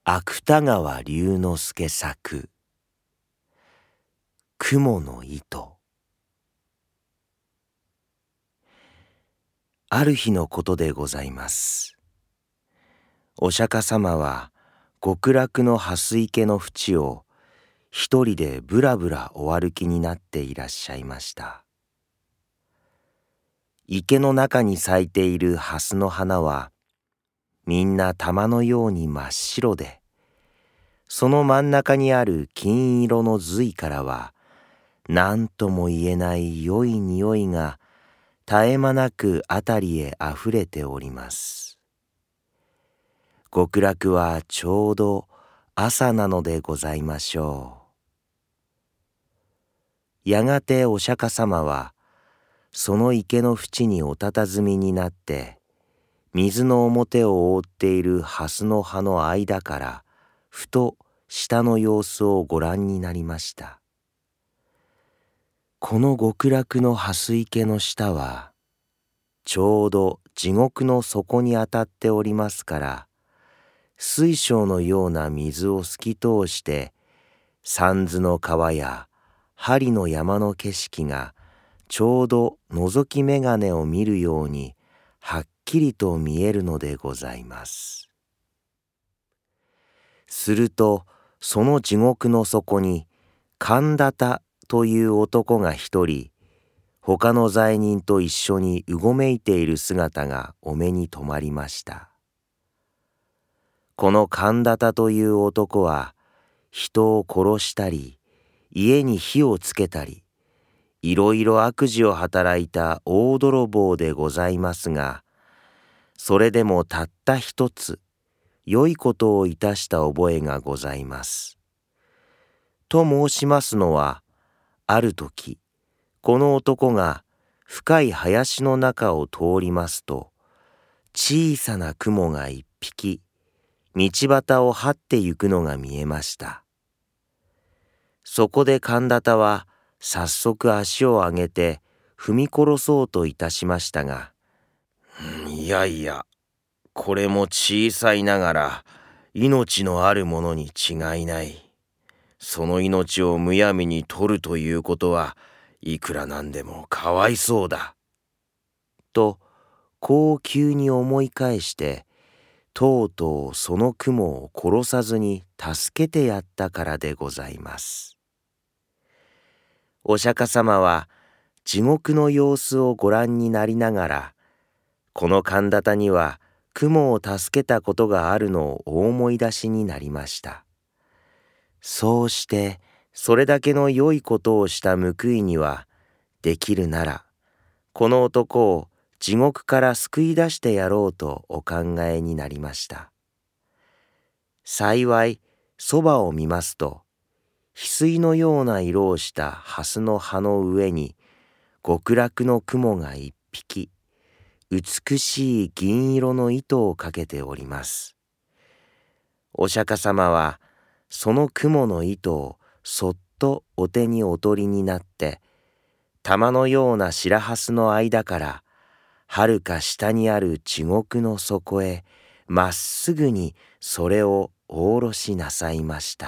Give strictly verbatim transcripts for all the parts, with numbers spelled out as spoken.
芥川龍之介作雲の糸。ある日のことでございます。お釈迦様は極楽の蓮池の淵を一人でぶらぶらお歩きになっていらっしゃいました。池の中に咲いている蓮の花はみんな玉のように真っ白で、その真ん中にある金色の髄からは何とも言えない良い匂いが絶え間なくあたりへあふれております。極楽はちょうど朝なのでございましょう。やがてお釈迦様はその池の淵におたたずみになって、水の表を覆っている蓮の葉の間からふと下の様子をご覧になりました。この極楽の蓮池の下はちょうど地獄の底にあたっておりますから、水晶のような水を透き通して三途の川や針の山の景色がちょうど覗き眼鏡を見るようにはっきりと見えるのでございます。するとその地獄の底に神田田という男が一人、他の罪人と一緒にうごめいている姿がお目に留まりました。この神田田という男は人を殺したり家に火をつけたりいろいろ悪事を働いた大泥棒でございますが、それでもたった一つ良いことをいたした覚えがございます。と申しますのは、ある時この男が深い林の中を通りますと、小さな雲が一匹道端を這ってゆくのが見えました。そこで神田田は早速足を上げて踏み殺そうといたしましたが、いやいや、これも小さいながら命のあるものに違いない。その命をむやみに取るということはいくらなんでもかわいそうだ。とこう急に思い返して、とうとうその雲を殺さずに助けてやったからでございます。お釈迦様は地獄の様子をご覧になりながら、この神田田には雲を助けたことがあるのをお思い出しになりました。そうしてそれだけの良いことをした報いには、できるならこの男を地獄から救い出してやろうとお考えになりました。幸いそばを見ますと、翡翠のような色をした蓮の葉の上に極楽の雲が一匹美しい銀色の糸をかけております。お釈迦様はその雲の糸をそっとお手にお取りになって、玉のような白蓮の間からはるか下にある地獄の底へまっすぐにそれをお下ろしなさいました。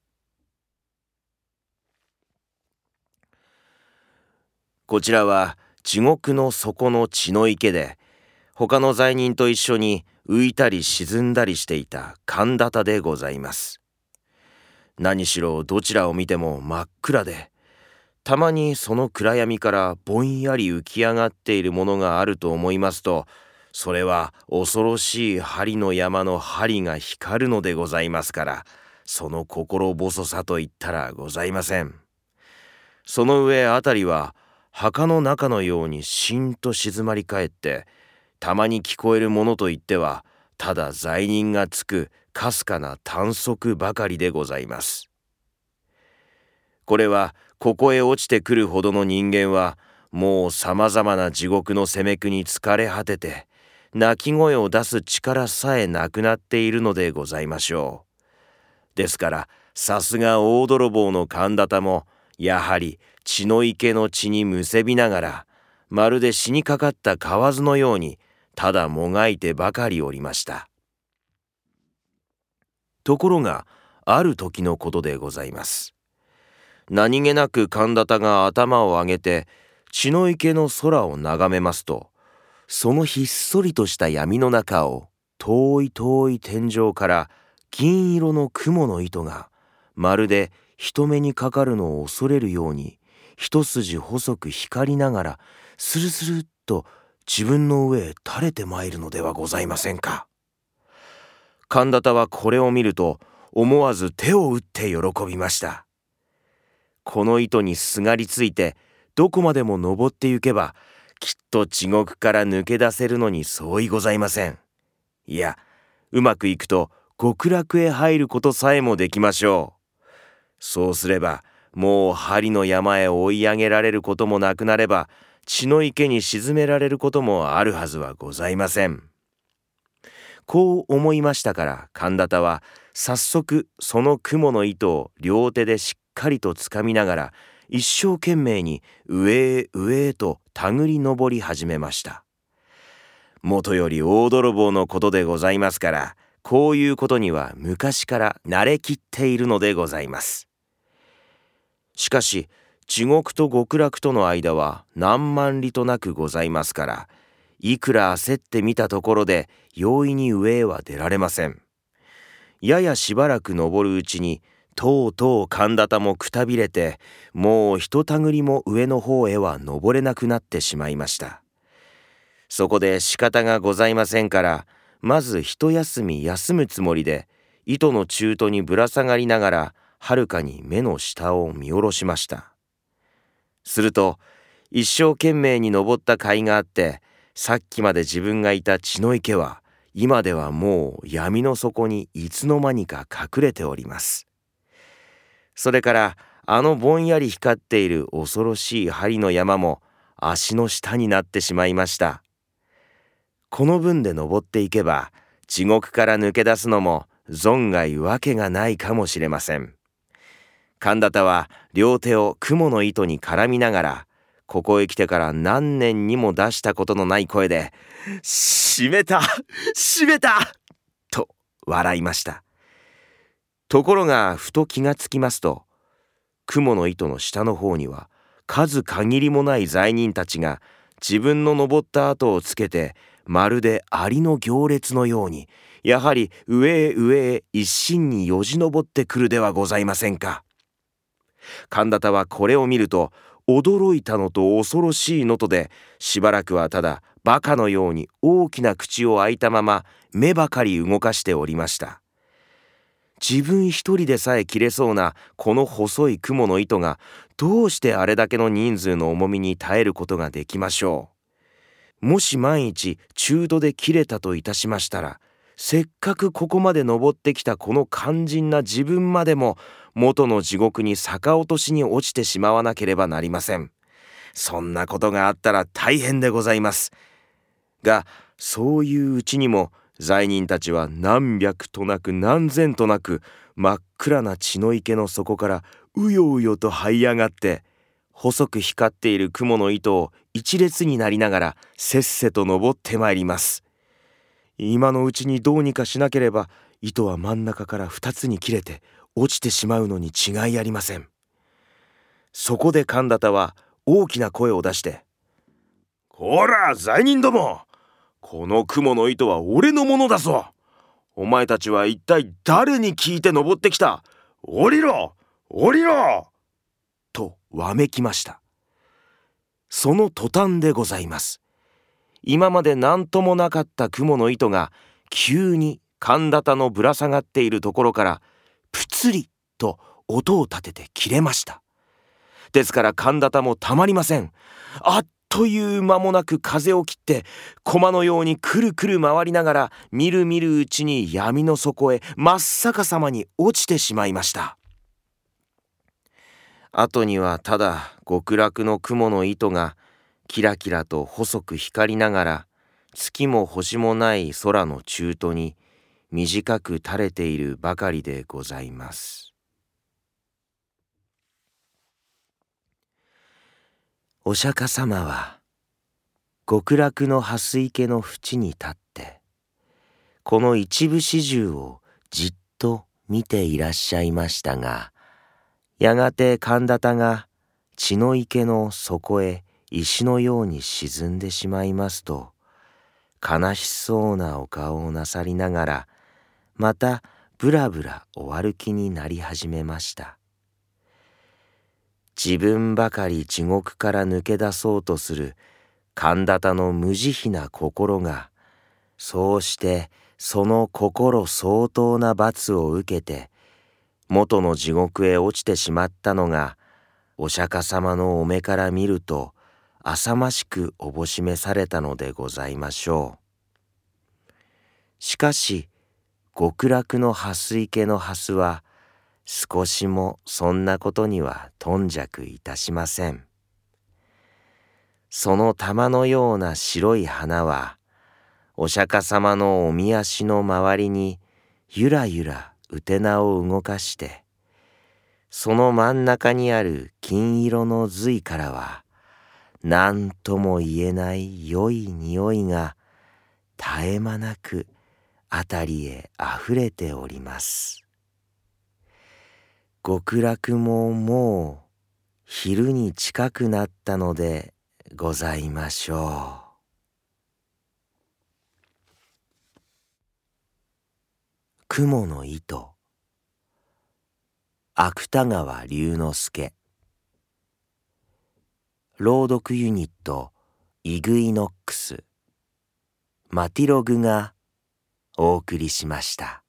こちらは地獄の底の血の池で、他の罪人と一緒に浮いたり沈んだりしていた神田田でございます。何しろどちらを見ても真っ暗で、たまにその暗闇からぼんやり浮き上がっているものがあると思いますと、それは恐ろしい針の山の針が光るのでございますから、その心細さといったらございません。その上あたりは墓の中のようにしんと静まり返って、たまに聞こえるものといってはただ罪人がつくかすかな短足ばかりでございます。これはここへ落ちてくるほどの人間はもうさまざまな地獄の責め苦に疲れ果てて、鳴き声を出す力さえなくなっているのでございましょう。ですからさすが大泥棒の神田田もやはり血の池の血にむせびながら、まるで死にかかった蛙のようにただもがいてばかりおりました。 ところがある時のことでございます。何気なく神田田が頭を上げて血の池の空を眺めますと、そのひっそりとした闇の中を遠い遠い天井から銀色の雲の糸がまるで人目にかかるのを恐れるように一筋細く光りながらスルスルっと自分の上へ垂れてまいるのではございませんか。神田田はこれを見ると思わず手を打って喜びました。この糸にすがりついてどこまでも登ってゆけばきっと地獄から抜け出せるのに相違ございません。いや、うまくいくと極楽へ入ることさえもできましょう。そうすればもう針の山へ追い上げられることもなくなれば、血の池に沈められることもあるはずはございません。こう思いましたから神田田は早速その雲の糸を両手でしっかりとつかみながら一生懸命に上へ上へと手繰り登り始めました。もとより大泥棒のことでございますから、こういうことには昔から慣れきっているのでございます。しかし地獄と極楽との間は何万里となくございますから、いくら焦ってみたところで容易に上へは出られません。ややしばらく登るうちにとうとう神田田もくたびれて、もうひとたぐりも上の方へは登れなくなってしまいました。そこで仕方がございませんから、まず一休み休むつもりで糸の中途にぶら下がりながらはるかに目の下を見下ろしました。すると一生懸命に登った甲斐があって、さっきまで自分がいた血の池は今ではもう闇の底にいつの間にか隠れております。それからあのぼんやり光っている恐ろしい針の山も足の下になってしまいました。この分で登っていけば地獄から抜け出すのも存外わけがないかもしれません。神田田は両手を雲の糸に絡みながら、ここへ来てから何年にも出したことのない声で「しめたしめた!」と笑いました。ところがふと気がつきますと、雲の糸の下の方には数限りもない罪人たちが自分の登った跡をつけて、まるでアリの行列のようにやはり上へ上へ一心によじ登ってくるではございませんか。神田田はこれを見ると驚いたのと恐ろしいのとで、しばらくはただバカのように大きな口を開いたまま目ばかり動かしておりました。自分一人でさえ切れそうなこの細い雲の糸がどうしてあれだけの人数の重みに耐えることができましょう。もし万一中途で切れたといたしましたら、せっかくここまで登ってきたこの肝心な自分までも元の地獄に逆落としに落ちてしまわなければなりません。そんなことがあったら大変でございます。が、そういううちにも罪人たちは何百となく何千となく真っ暗な血の池の底からうようよと這い上がって、細く光っている雲の糸を一列になりながらせっせと登ってまいります。今のうちにどうにかしなければ糸は真ん中から二つに切れて落ちてしまうのに違いありません。そこで神田田は大きな声を出して「こら罪人ども、この雲の糸は俺のものだぞ。お前たちは一体誰に聞いて登ってきた。降りろ降りろ!」とわめきました。その途端でございます。今まで何ともなかった雲の糸が急に神田田のぶら下がっているところからプツリと音を立てて切れました。ですから神田田もたまりません。あっという間もなく風を切って駒のようにくるくる回りながらみるみるうちに闇の底へ真っ逆さまに落ちてしまいました。後にはただ極楽の雲の糸がキラキラと細く光りながら月も星もない空の中途に短く垂れているばかりでございます。お釈迦様は極楽の蓮池の淵に立ってこの一部始終をじっと見ていらっしゃいましたが、やがて神田田が血の池の底へ石のように沈んでしまいますと、悲しそうなお顔をなさりながら、またぶらぶらお歩きになり始めました。自分ばかり地獄から抜け出そうとする神田田の無慈悲な心が、そうしてその心相当な罰を受けて、元の地獄へ落ちてしまったのが、お釈迦様のお目から見ると、浅ましくおぼしめされたのでございましょう。しかし、極楽の蓮池の蓮は、少しもそんなことには頓着いたしません。その玉のような白い花は、お釈迦様のおみ足の周りにゆらゆらうてなを動かして、その真ん中にある金色の髄からは、何とも言えない良い匂いが絶え間なくあたりへあふれております。極楽ももう昼に近くなったのでございましょう。雲の糸、芥川龍之介。朗読ユニットイグイノックス、マティログがお送りしました。